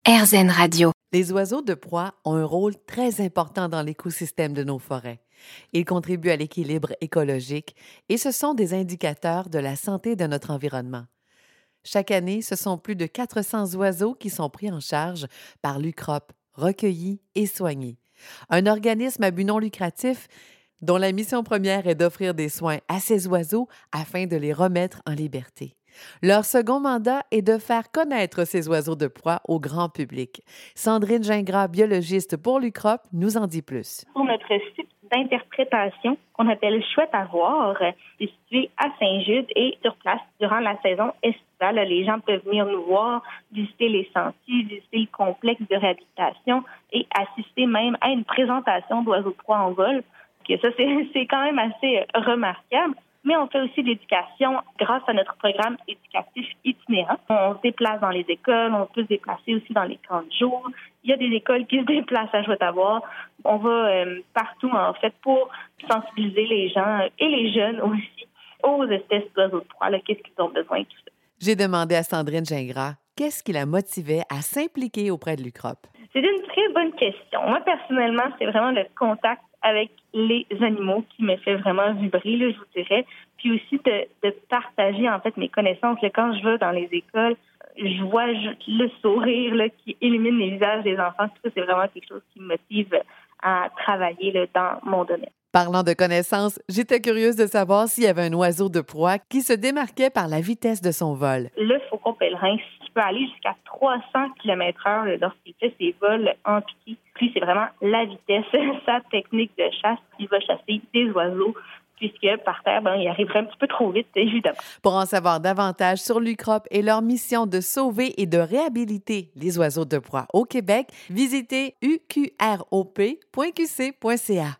RZN Radio. Les oiseaux de proie ont un rôle très important dans l'écosystème de nos forêts. Ils contribuent à l'équilibre écologique et ce sont des indicateurs de la santé de notre environnement. Chaque année, ce sont plus de 400 oiseaux qui sont pris en charge par l'UCROP, recueillis et soignés. Un organisme à but non lucratif dont la mission première est d'offrir des soins à ces oiseaux afin de les remettre en liberté. Leur second mandat est de faire connaître ces oiseaux de proie au grand public. Sandrine Gingras, biologiste pour l'UCROP, nous en dit plus. Pour notre site d'interprétation qu'on appelle Chouette à voir, c'est situé à Saint-Jude et sur place durant la saison estivale. Les gens peuvent venir nous voir, visiter les sentiers, visiter le complexe de réhabilitation et assister même à une présentation d'oiseaux de proie en vol. Ça, c'est quand même assez remarquable. Mais on fait aussi de l'éducation grâce à notre programme éducatif itinérant. On se déplace dans les écoles, on peut se déplacer aussi dans les camps de jour. Il y a des écoles qui se déplacent à Chouette-à-Voir. On va partout, en fait, pour sensibiliser les gens et les jeunes aussi aux espèces d'oiseaux de proie, qu'est-ce qu'ils ont besoin, tout ça. J'ai demandé à Sandrine Gingras qu'est-ce qui la motivait à s'impliquer auprès de l'UCROP. C'est une très bonne question. Moi, personnellement, c'est vraiment le contact avec les animaux qui me fait vraiment vibrer, je vous dirais. Puis aussi de partager, en fait, mes connaissances. Quand je vais dans les écoles, je vois le sourire qui illumine les visages des enfants. Tout ça, c'est vraiment quelque chose qui me motive à travailler dans mon domaine. Parlant de connaissances, j'étais curieuse de savoir s'il y avait un oiseau de proie qui se démarquait par la vitesse de son vol. Le faucon pèlerin, il peut aller jusqu'à 300 km/h lorsqu'il fait ses vols en piqué. Puis c'est vraiment la vitesse, sa technique de chasse. Il va chasser des oiseaux, puisque par terre, il arriverait un petit peu trop vite, évidemment. Pour en savoir davantage sur l'UCROP et leur mission de sauver et de réhabiliter les oiseaux de proie au Québec, visitez uqrop.qc.ca.